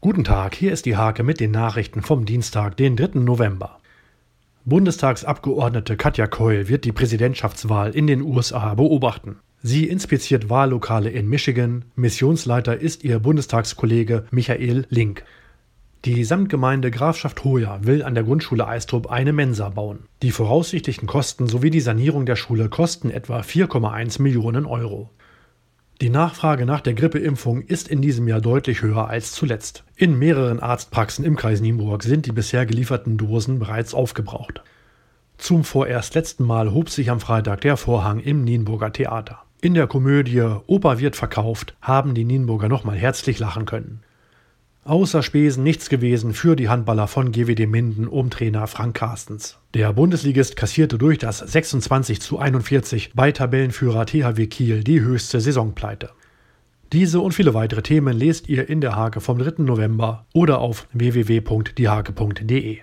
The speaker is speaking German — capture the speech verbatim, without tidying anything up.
Guten Tag, hier ist die Hake mit den Nachrichten vom Dienstag, den dritten November. Bundestagsabgeordnete Katja Coyle wird die Präsidentschaftswahl in den U S A beobachten. Sie inspiziert Wahllokale in Michigan. Missionsleiter ist ihr Bundestagskollege Michael Link. Die Samtgemeinde Grafschaft Hoya will an der Grundschule Eistrup eine Mensa bauen. Die voraussichtlichen Kosten sowie die Sanierung der Schule kosten etwa vier Komma eins Millionen Euro. Die Nachfrage nach der Grippeimpfung ist in diesem Jahr deutlich höher als zuletzt. In mehreren Arztpraxen im Kreis Nienburg sind die bisher gelieferten Dosen bereits aufgebraucht. Zum vorerst letzten Mal hob sich am Freitag der Vorhang im Nienburger Theater. In der Komödie Opa wird verkauft haben die Nienburger nochmal herzlich lachen können. Außer Spesen nichts gewesen für die Handballer von G W D Minden um Trainer Frank Carstens. Der Bundesligist kassierte durch das sechsundzwanzig zu einundvierzig bei Tabellenführer T H W Kiel die höchste Saisonpleite. Diese und viele weitere Themen lest ihr in der Hake vom dritten November oder auf w w w punkt die hake punkt de.